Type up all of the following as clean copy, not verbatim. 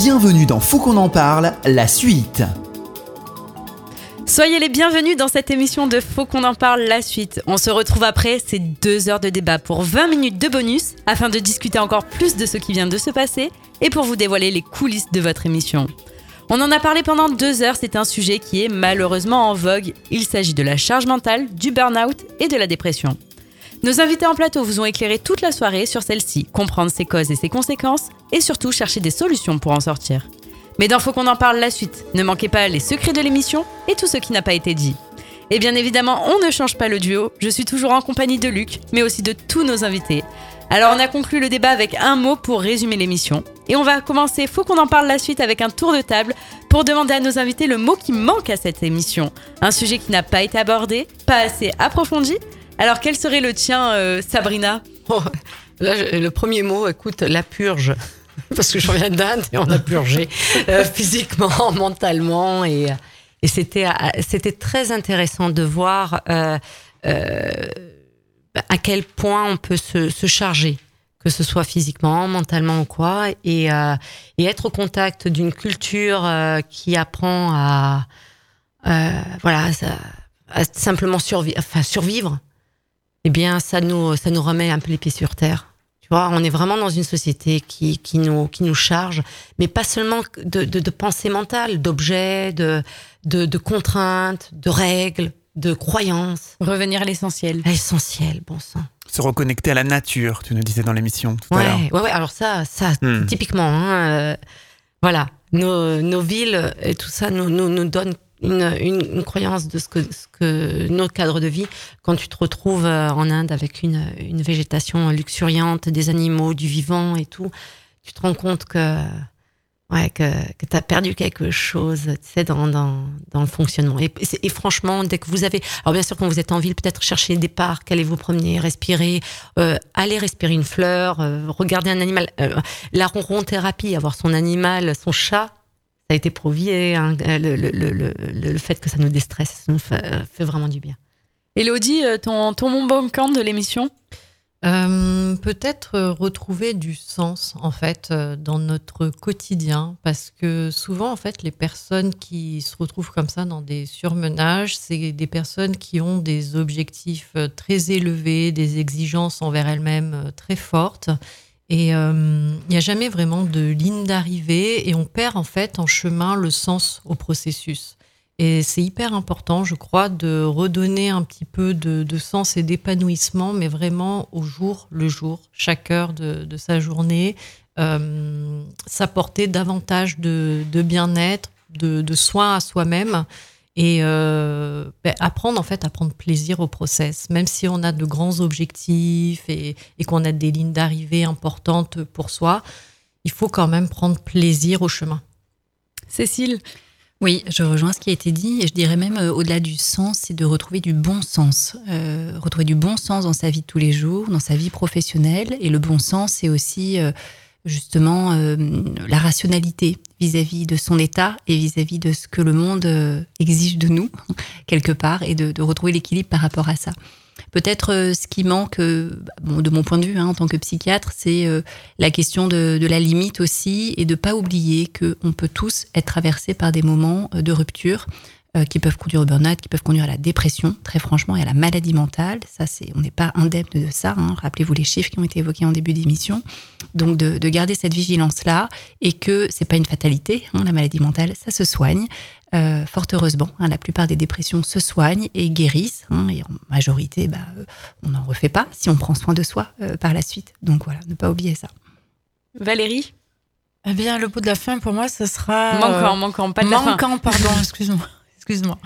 Bienvenue dans Faut qu'on en parle, la suite. Soyez les bienvenus dans cette émission de Faut qu'on en parle, la suite. On se retrouve après ces 2 heures de débat pour 20 minutes de bonus afin de discuter encore plus de ce qui vient de se passer et pour vous dévoiler les coulisses de votre émission. On en a parlé pendant 2 heures, c'est un sujet qui est malheureusement en vogue. Il s'agit de la charge mentale, du burn-out et de la dépression. Nos invités en plateau vous ont éclairé toute la soirée sur celle-ci, comprendre ses causes et ses conséquences et surtout chercher des solutions pour en sortir. Mais dans Faut qu'on en parle la suite, ne manquez pas les secrets de l'émission et tout ce qui n'a pas été dit. Et bien évidemment, on ne change pas le duo, je suis toujours en compagnie de Luc, mais aussi de tous nos invités. Alors on a conclu le débat avec un mot pour résumer l'émission. Et on va commencer Faut qu'on en parle la suite avec un tour de table pour demander à nos invités le mot qui manque à cette émission. Un sujet qui n'a pas été abordé, pas assez approfondi. Alors quel serait le tien, Sabrina ? Là, le premier mot, écoute, la purge. Parce que je reviens d'Inde et on a purgé physiquement, mentalement. Et c'était très intéressant de voir à quel point on peut se charger, que ce soit physiquement, mentalement ou quoi. Et être au contact d'une culture qui apprend à simplement survivre, eh bien, ça nous remet un peu les pieds sur terre. Tu vois, on est vraiment dans une société qui nous charge, mais pas seulement de pensée mentale, d'objets, de contraintes, de règles, de croyances. Revenir à l'essentiel. L'essentiel, bon sang. Se reconnecter à la nature, tu nous disais dans l'émission tout à l'heure. Ouais, alors ça, typiquement, voilà, nos villes et tout ça nous donnent une croyance de ce que notre cadre de vie, quand tu te retrouves en Inde avec une végétation luxuriante, des animaux, du vivant et tout, tu te rends compte que t'as perdu quelque chose, tu sais, dans le fonctionnement. Et franchement, dès que vous avez, alors bien sûr quand vous êtes en ville, peut-être chercher des parcs, allez vous promener, respirer, aller respirer une fleur, regarder un animal, la ronron-thérapie, avoir son animal, son chat. Ça a été prouvé, hein, le fait que ça nous déstresse, ça nous fait vraiment du bien. Élodie, ton bon manquant de l'émission ? Peut-être retrouver du sens, en fait, dans notre quotidien. Parce que souvent, en fait, les personnes qui se retrouvent comme ça dans des surmenages, c'est des personnes qui ont des objectifs très élevés, des exigences envers elles-mêmes très fortes. Et il n'y a jamais vraiment de ligne d'arrivée et on perd en fait en chemin le sens au processus. Et c'est hyper important, je crois, de redonner un petit peu de sens et d'épanouissement, mais vraiment au jour le jour, chaque heure de sa journée, s'apporter davantage de bien-être, de soins à soi-même. Et apprendre à prendre plaisir au process, même si on a de grands objectifs et qu'on a des lignes d'arrivée importantes pour soi, il faut quand même prendre plaisir au chemin. Cécile ? Oui, je rejoins ce qui a été dit et je dirais même au-delà du sens, c'est de retrouver du bon sens. Retrouver du bon sens dans sa vie de tous les jours, dans sa vie professionnelle. Et le bon sens, c'est aussi justement la rationalité vis-à-vis de son état et vis-à-vis de ce que le monde exige de nous, quelque part, et de retrouver l'équilibre par rapport à ça. Peut-être ce qui manque, de mon point de vue en tant que psychiatre, c'est la question de la limite aussi, et de pas oublier qu'on peut tous être traversés par des moments de rupture qui peuvent conduire au burn-out, qui peuvent conduire à la dépression, très franchement, et à la maladie mentale. Ça, on n'est pas indemne de ça. Rappelez-vous les chiffres qui ont été évoqués en début d'émission. Donc, de garder cette vigilance-là, et que c'est pas une fatalité. La maladie mentale, ça se soigne. Fort heureusement, la plupart des dépressions se soignent et guérissent. Et en majorité, on n'en refait pas si on prend soin de soi par la suite. Donc voilà, ne pas oublier ça. Valérie ? Eh bien, le bout de la fin, pour moi, ça sera... Manquant, pas de la fin. Manquant, pardon, excuse-moi.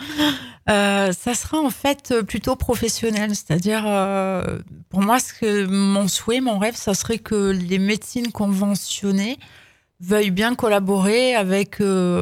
Ça sera en fait plutôt professionnel, c'est-à-dire pour moi, mon souhait, mon rêve, ça serait que les médecines conventionnées veuillent bien collaborer avec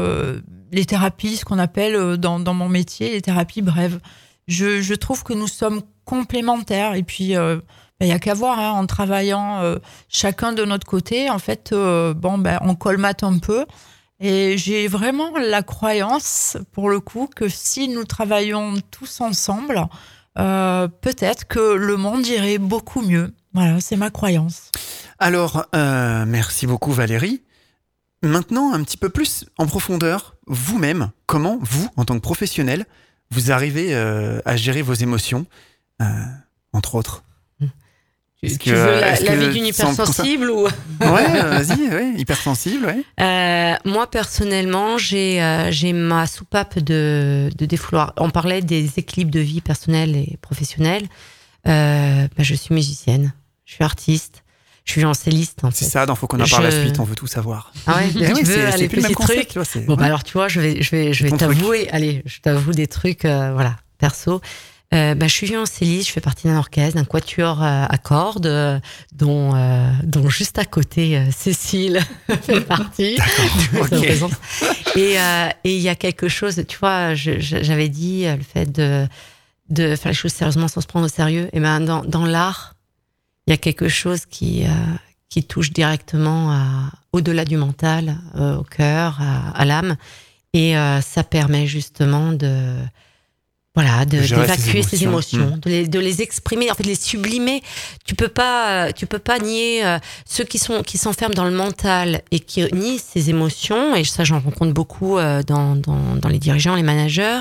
les thérapies, ce qu'on appelle dans mon métier, les thérapies brèves. Je trouve que nous sommes complémentaires et puis il y a qu'à voir, en travaillant chacun de notre côté, en fait, on colmate un peu. Et j'ai vraiment la croyance, pour le coup, que si nous travaillons tous ensemble, peut-être que le monde irait beaucoup mieux. Voilà, c'est ma croyance. Alors, merci beaucoup Valérie. Maintenant, un petit peu plus en profondeur, vous-même, comment vous, en tant que professionnel, vous arrivez à gérer vos émotions, entre autres? Tu veux l'avis d'une hypersensible ou... Ouais, vas-y, ouais, hypersensible, ouais. Moi, personnellement, j'ai ma soupape de défouloir. On parlait des équilibres de vie personnelle et professionnelle. Je suis musicienne, je suis artiste, je suis violoncelliste. En fait. C'est ça, donc faut qu'on en parle la suite, on veut tout savoir. Ah ouais, tu veux aller plus le même concept, trucs. Alors tu vois, je vais t'avouer, allez, je t'avoue des trucs, perso. Je suis violoncelliste, je fais partie d'un orchestre, d'un quatuor à cordes, dont juste à côté Cécile fait partie. Okay. Et il y a quelque chose, tu vois, j'avais dit le fait de faire les choses sérieusement sans se prendre au sérieux. Et ben dans l'art, il y a quelque chose qui touche directement au-delà du mental, au cœur, à l'âme, et ça permet justement d'évacuer ces émotions, de les exprimer, en fait, de les sublimer. Tu peux pas nier ceux qui s'enferment dans le mental et qui nient ces émotions. Et ça, j'en rencontre beaucoup dans les dirigeants, les managers.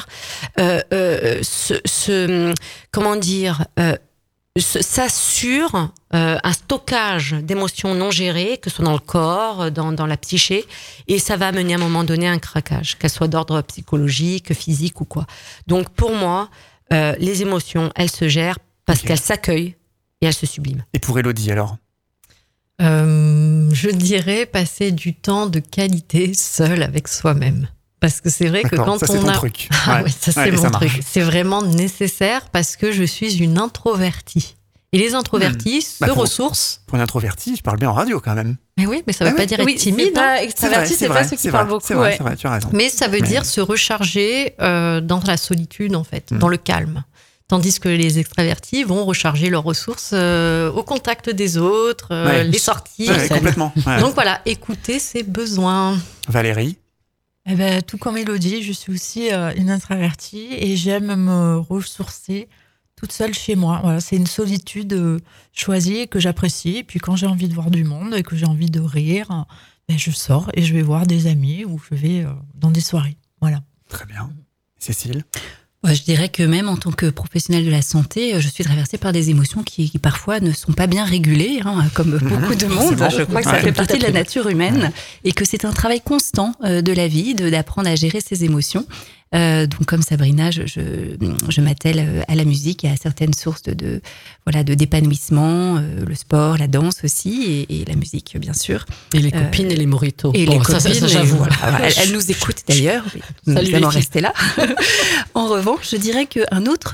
S'assure un stockage d'émotions non gérées, que ce soit dans le corps, dans la psyché, et ça va amener à un moment donné à un craquage, qu'elle soit d'ordre psychologique, physique ou quoi. Donc pour moi, les émotions, elles se gèrent parce qu'elles s'accueillent et elles se subliment. Et pour Élodie alors? Je dirais passer du temps de qualité seul avec soi-même. Parce que c'est vrai que quand ça, on a... truc. Ah ouais, ça c'est mon truc. C'est vraiment nécessaire parce que je suis une introvertie. Et les introvertis se ressourcent. Pour une introvertie, je parle bien en radio quand même. Mais oui, mais ça ne veut pas dire être timide. Extraverti, c'est pas ceux qui parlent beaucoup. C'est vrai, tu as raison. Mais ça veut dire se recharger dans la solitude, en fait, dans le calme. Tandis que les extravertis vont recharger leurs ressources au contact des autres, les sorties. Complètement. Ouais. Donc voilà, écouter ses besoins. Valérie? Tout comme Élodie, je suis aussi une introvertie et j'aime me ressourcer toute seule chez moi. Voilà, c'est une solitude choisie et que j'apprécie. Et puis quand j'ai envie de voir du monde et que j'ai envie de rire, je sors et je vais voir des amis ou je vais dans des soirées. Voilà. Très bien. Cécile? Je dirais que même en tant que professionnelle de la santé, je suis traversée par des émotions qui parfois ne sont pas bien régulées, comme beaucoup de monde. Je crois que ça fait partie de la nature humaine et que c'est un travail constant de la vie, d'apprendre à gérer ses émotions. Donc comme Sabrina, je m'attelle à la musique et à certaines sources de d'épanouissement, le sport, la danse aussi et la musique bien sûr. Et les copines et les mojitos. Et les copines, ça j'avoue. Elles nous écoutent d'ailleurs. Nous allons rester là. En revanche, je dirais une autre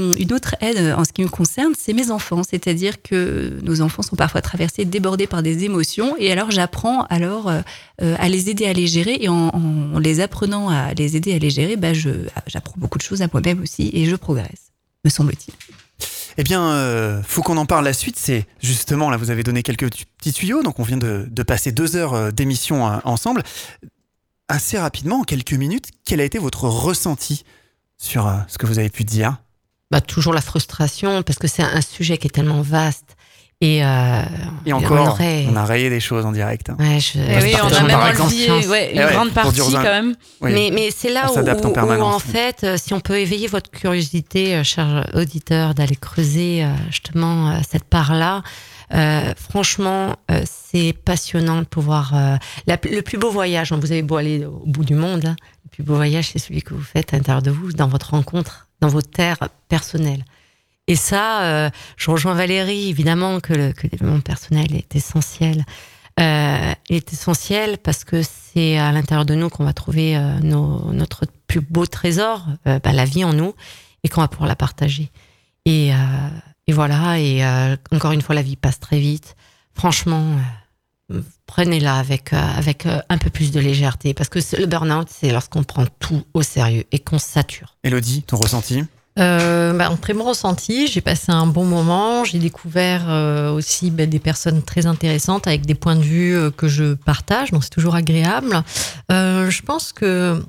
aide en ce qui me concerne, c'est mes enfants. C'est-à-dire que nos enfants sont parfois traversés, débordés par des émotions et alors j'apprends à les aider à les gérer et en les apprenant à les aider à les gérer, j'apprends beaucoup de choses à moi-même aussi et je progresse, me semble-t-il. Eh bien, faut qu'on en parle la suite. C'est justement, là, vous avez donné quelques petits tuyaux. Donc, on vient de passer 2 heures d'émission ensemble. Assez rapidement, en quelques minutes, quel a été votre ressenti sur ce que vous avez pu dire? Toujours la frustration, parce que c'est un sujet qui est tellement vaste. Et encore, on a rayé des choses en direct. On a même enlevé une grande partie quand même. Oui. Mais c'est là où en fait, si on peut éveiller votre curiosité, chers auditeurs, d'aller creuser justement cette part-là, franchement, c'est passionnant de pouvoir... le plus beau voyage, vous avez beau aller au bout du monde, le plus beau voyage, c'est celui que vous faites à l'intérieur de vous, dans votre rencontre, dans vos terres personnelles. Et ça, je rejoins Valérie, évidemment que le développement personnel est essentiel. Il est essentiel parce que c'est à l'intérieur de nous qu'on va trouver notre plus beau trésor, la vie en nous, et qu'on va pouvoir la partager. Et voilà, encore une fois, la vie passe très vite. Franchement, prenez-la avec un peu plus de légèreté, parce que le burn-out, c'est lorsqu'on prend tout au sérieux et qu'on se sature. Élodie, ton ressenti ? En très bon ressenti, j'ai passé un bon moment, j'ai découvert aussi des personnes très intéressantes avec des points de vue que je partage, donc c'est toujours agréable. Je pense que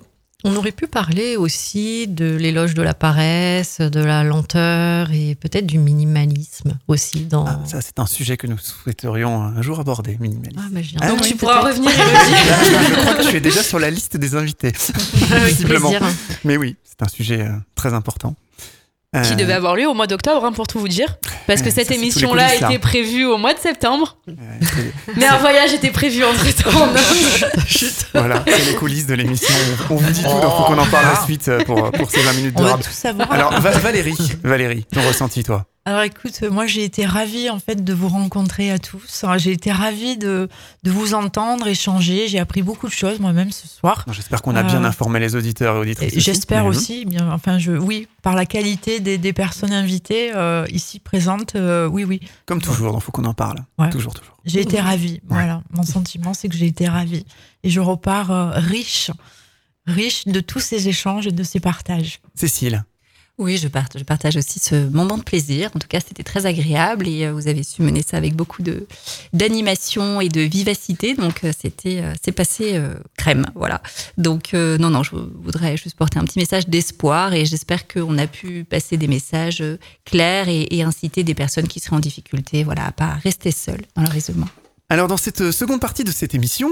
On aurait pu parler aussi de l'éloge de la paresse, de la lenteur et peut-être du minimalisme aussi. Ça, c'est un sujet que nous souhaiterions un jour aborder, minimalisme. Donc tu pourras revenir, Élodie. Je crois que tu es déjà sur la liste des invités, visiblement. Plaisir. Mais oui, c'est un sujet très important. Qui devait avoir lieu au mois d'octobre, pour tout vous dire. Parce que cette ça, c'est émission-là tous les coulisses, était prévue au mois de septembre. C'est- Mais un voyage était prévu entre-temps. Voilà, c'est les coulisses de l'émission. On vous dit tout, donc faut qu'on en parle la suite pour ces 20 minutes de On veut rap. tout savoir. Alors, Valérie, ton ressenti, toi? Alors écoute, moi j'ai été ravie en fait de vous rencontrer à tous. J'ai été ravie de vous entendre, échanger. J'ai appris beaucoup de choses moi-même ce soir. J'espère qu'on a bien informé les auditeurs et auditrices. J'espère aussi, bien, enfin oui, par la qualité des personnes invitées ici présentes, oui. Comme toujours, donc faut qu'on en parle. Ouais. Toujours. J'ai été ravie. Voilà, mon sentiment c'est que j'ai été ravie et je repars riche de tous ces échanges et de ces partages. Cécile. Oui, je partage aussi ce moment de plaisir. En tout cas, c'était très agréable et vous avez su mener ça avec beaucoup d'animation et de vivacité. Donc, c'est passé crème, voilà. Donc, non, je voudrais juste porter un petit message d'espoir et j'espère qu'on a pu passer des messages clairs et inciter des personnes qui seraient en difficulté, voilà, à pas rester seules dans leur isolement. Alors, dans cette seconde partie de cette émission,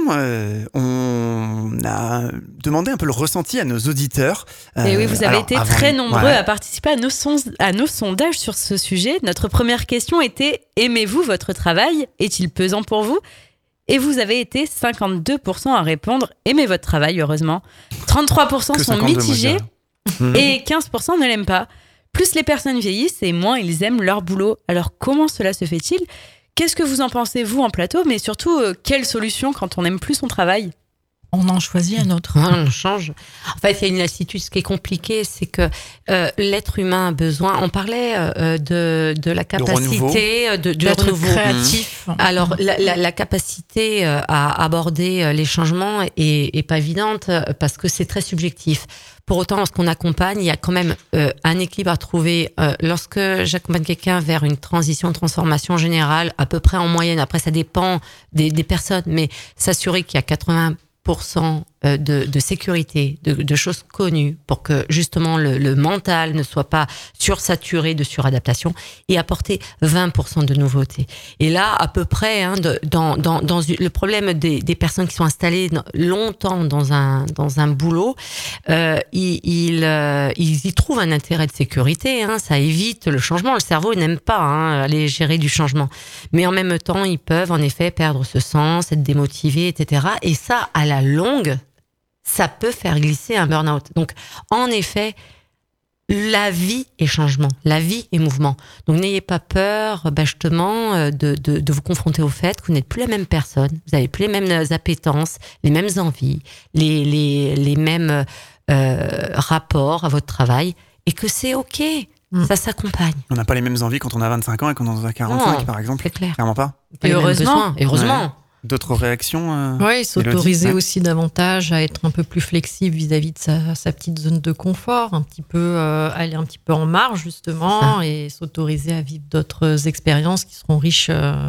on a demandé un peu le ressenti à nos auditeurs. Et oui, vous avez été très nombreux ouais. à participer à nos sondages sur ce sujet. Notre première question était « Aimez-vous votre travail ? Est-il pesant pour vous ?» Et vous avez été 52% à répondre « Aimez votre travail, heureusement ». 33% Que sont 52, mitigés moi, et 15% ne l'aiment pas. Plus les personnes vieillissent et moins ils aiment leur boulot. Alors comment cela se fait-il ? Qu'est-ce que vous en pensez, vous, en plateau ? Mais surtout, quelle solution quand on n'aime plus son travail ? On en choisit un autre. On change. En fait, il y a une lassitude. Ce qui est compliqué, c'est que l'être humain a besoin. On parlait de la capacité d'être renouveau. créatif. Alors, la capacité à aborder les changements est pas évidente parce que c'est très subjectif. Pour autant, lorsqu'on accompagne, il y a quand même un équilibre à trouver. Lorsque j'accompagne quelqu'un vers une transition, une transformation générale, à peu près en moyenne, après ça dépend des personnes, mais s'assurer qu'il y a 80% de sécurité, de choses connues pour que justement le mental ne soit pas sursaturé de suradaptation et apporter 20% de nouveautés. Et là, à peu près, dans le problème des personnes qui sont installées longtemps dans un boulot, ils y trouvent un intérêt de sécurité, ça évite le changement. Le cerveau n'aime pas aller gérer du changement. Mais en même temps, ils peuvent en effet perdre ce sens, être démotivés, etc. Et ça, à la longue, ça peut faire glisser un burn-out. Donc, en effet, la vie est changement, la vie est mouvement. Donc, n'ayez pas peur, justement, de vous confronter au fait que vous n'êtes plus la même personne, vous n'avez plus les mêmes appétences, les mêmes envies, les mêmes rapports à votre travail, et que c'est OK, ça s'accompagne. On n'a pas les mêmes envies quand on a 25 ans et quand on en a 45, Non, par exemple. c'est clair. Clairement pas. Pas les mêmes heureusement. besoins. Et heureusement. Ouais. D'autres réactions Oui, s'autoriser Élodie, aussi davantage à être un peu plus flexible vis-à-vis de sa petite zone de confort, un petit peu aller un petit peu en marge justement et s'autoriser à vivre d'autres expériences qui seront riches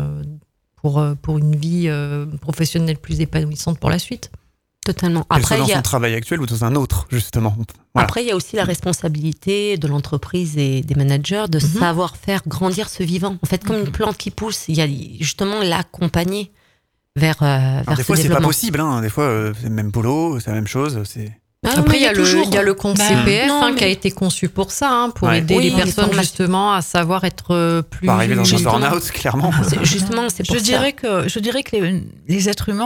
pour une vie professionnelle plus épanouissante pour la suite. Totalement. Qu'elle soit Après, dans il y a son travail actuel ou dans un autre, justement. Voilà. Après, il y a aussi la responsabilité de l'entreprise et des managers de savoir faire grandir ce vivant. En fait, comme une plante qui pousse, il y a justement l'accompagner vers Alors, des ce fois, c'est pas développement. possible. Des fois, c'est le même boulot, c'est la même chose. Après, il y a le compte CPF Non, qui a été conçu pour ça, pour Ouais. aider Oui, les les personnes formations. justement à savoir être plus... Pas arriver dans un justement. burn-out, clairement. Justement, c'est pour Je dirais que les êtres humains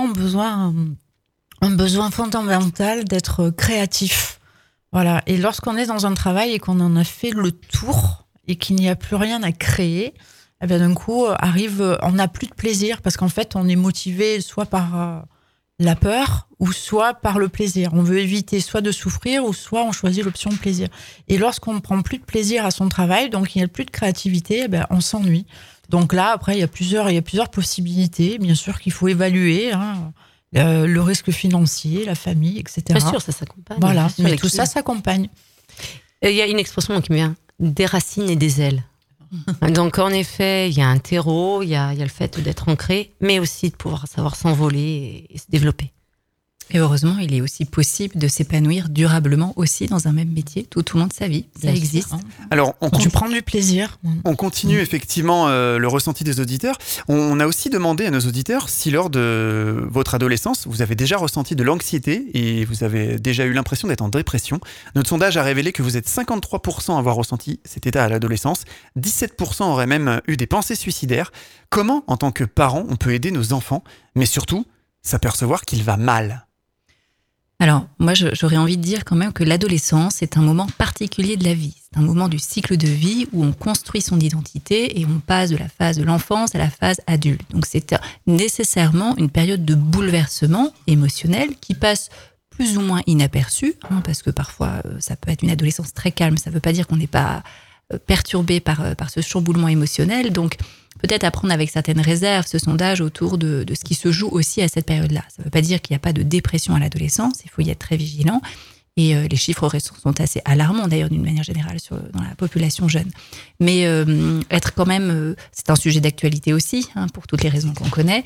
ont besoin fondamental d'être créatifs. Voilà. Et lorsqu'on est dans un travail et qu'on en a fait le tour et qu'il n'y a plus rien à créer, eh bien d'un coup on n'a plus de plaisir parce qu'en fait on est motivé soit par la peur ou soit par le plaisir. On veut éviter soit de souffrir ou soit on choisit l'option plaisir. Et lorsqu'on ne prend plus de plaisir à son travail, donc il n'y a plus de créativité, eh bien on s'ennuie. Donc là après il y a plusieurs possibilités, bien sûr qu'il faut évaluer. Le risque financier, la famille, etc. Bien sûr, ça s'accompagne. Voilà, Bien sûr, mais avec tout ça s'accompagne. Il y a une expression qui me vient, des racines et des ailes. Donc, en effet, il y a un terreau, il y a le fait d'être ancré, mais aussi de pouvoir savoir s'envoler et se développer. Et heureusement, il est aussi possible de s'épanouir durablement aussi dans un même métier tout au long de sa vie. Ça existe. Alors, Tu prends du plaisir. on continue effectivement le ressenti des auditeurs. On a aussi demandé à nos auditeurs si lors de votre adolescence, vous avez déjà ressenti de l'anxiété et vous avez déjà eu l'impression d'être en dépression. Notre sondage a révélé que vous êtes 53% à avoir ressenti cet état à l'adolescence. 17% auraient même eu des pensées suicidaires. Comment, en tant que parent, on peut aider nos enfants, mais surtout, s'apercevoir qu'il va mal? Alors, moi, j'aurais envie de dire quand même que l'adolescence est un moment particulier de la vie. C'est un moment du cycle de vie où on construit son identité et on passe de la phase de l'enfance à la phase adulte. Donc, c'est nécessairement une période de bouleversement émotionnel qui passe plus ou moins inaperçue, parce que parfois, ça peut être une adolescence très calme. Ça ne veut pas dire qu'on n'est pas perturbé par ce chamboulement émotionnel. Donc, peut-être apprendre avec certaines réserves ce sondage autour de ce qui se joue aussi à cette période-là. Ça ne veut pas dire qu'il n'y a pas de dépression à l'adolescence, il faut y être très vigilant. Et les chiffres sont assez alarmants d'ailleurs d'une manière générale dans la population jeune. Mais être quand même, c'est un sujet d'actualité aussi, pour toutes les raisons qu'on connaît.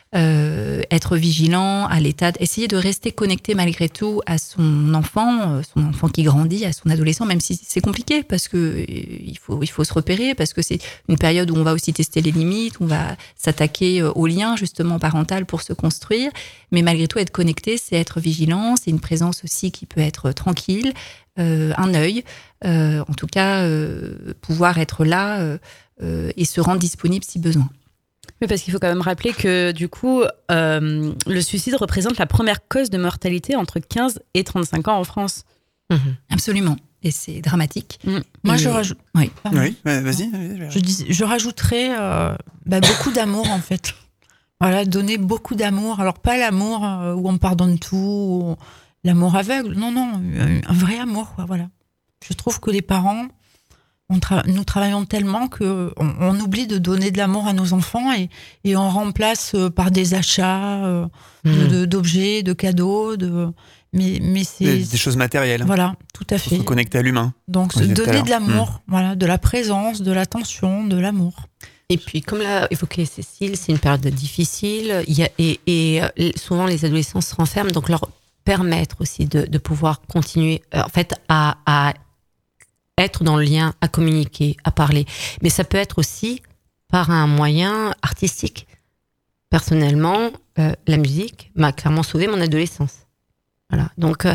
Être vigilant à l'état, essayer de rester connecté malgré tout à son enfant qui grandit, à son adolescent, même si c'est compliqué parce que il faut se repérer, parce que c'est une période où on va aussi tester les limites, on va s'attaquer au lien justement parental pour se construire, mais malgré tout être connecté, c'est être vigilant, c'est une présence aussi qui peut être tranquille, un œil, en tout cas pouvoir être là et se rendre disponible si besoin. Oui, parce qu'il faut quand même rappeler que du coup, le suicide représente la première cause de mortalité entre 15 et 35 ans en France. Absolument. Et c'est dramatique. Moi, je rajoute. Oui. Oui, vas-y. Je rajouterais beaucoup d'amour, en fait. Voilà, donner beaucoup d'amour. Alors, pas l'amour où on pardonne tout, ou l'amour aveugle. Non, un vrai amour, quoi, voilà. Je trouve que les parents, nous travaillons tellement qu'on oublie de donner de l'amour à nos enfants et on remplace par des achats d'objets, de cadeaux, mais c'est des choses matérielles. Voilà, tout à fait. Se connecter à l'humain. Donc donner de l'amour, voilà, de la présence, de l'attention, de l'amour. Et puis, comme l'a évoqué Cécile, c'est une période difficile. Souvent les adolescents se renferment, donc leur permettre aussi de pouvoir continuer, en fait, à être dans le lien, à communiquer, à parler. Mais ça peut être aussi par un moyen artistique. Personnellement, la musique m'a clairement sauvé mon adolescence. Voilà. Donc,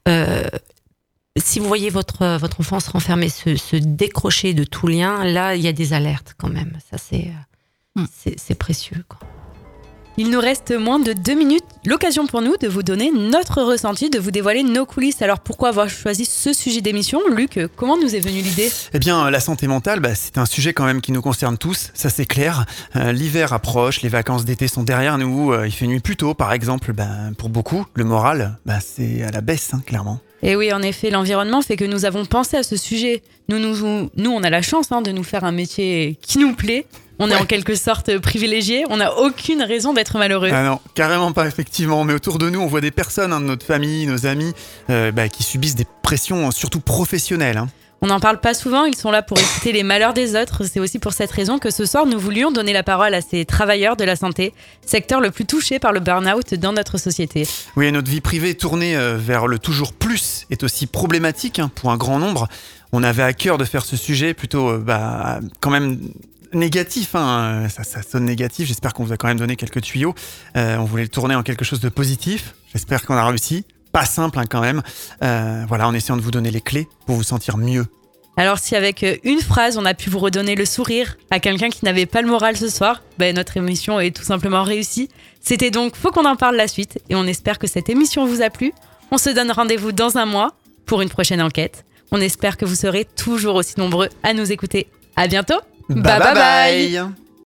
si vous voyez votre enfant se renfermer, se décrocher de tout lien, là, il y a des alertes quand même. Ça, c'est précieux, quoi. Il nous reste moins de 2 minutes, l'occasion pour nous de vous donner notre ressenti, de vous dévoiler nos coulisses. Alors pourquoi avoir choisi ce sujet d'émission? Luc, comment nous est venue l'idée? Eh bien, la santé mentale, c'est un sujet quand même qui nous concerne tous, ça c'est clair. L'hiver approche, les vacances d'été sont derrière nous, il fait nuit plus tôt par exemple. Pour beaucoup, le moral, c'est à la baisse, clairement. Et oui, en effet, l'environnement fait que nous avons pensé à ce sujet. Nous, on a la chance de nous faire un métier qui nous plaît. On est en quelque sorte privilégiés. On n'a aucune raison d'être malheureux. Ah non, carrément pas, effectivement. Mais autour de nous, on voit des personnes de notre famille, nos amis, qui subissent des pressions, surtout professionnelles. On n'en parle pas souvent, ils sont là pour écouter les malheurs des autres. C'est aussi pour cette raison que ce soir, nous voulions donner la parole à ces travailleurs de la santé, secteur le plus touché par le burn-out dans notre société. Oui, et notre vie privée tournée vers le toujours plus est aussi problématique pour un grand nombre. On avait à cœur de faire ce sujet plutôt quand même négatif, ça sonne négatif. J'espère qu'on vous a quand même donné quelques tuyaux. On voulait le tourner en quelque chose de positif. J'espère qu'on a réussi. Pas simple quand même. En essayant de vous donner les clés pour vous sentir mieux. Alors si avec une phrase, on a pu vous redonner le sourire à quelqu'un qui n'avait pas le moral ce soir, notre émission est tout simplement réussie. C'était donc Faut qu'on en parle la suite et on espère que cette émission vous a plu. On se donne rendez-vous dans un mois pour une prochaine enquête. On espère que vous serez toujours aussi nombreux à nous écouter. À bientôt. Bye bye bye.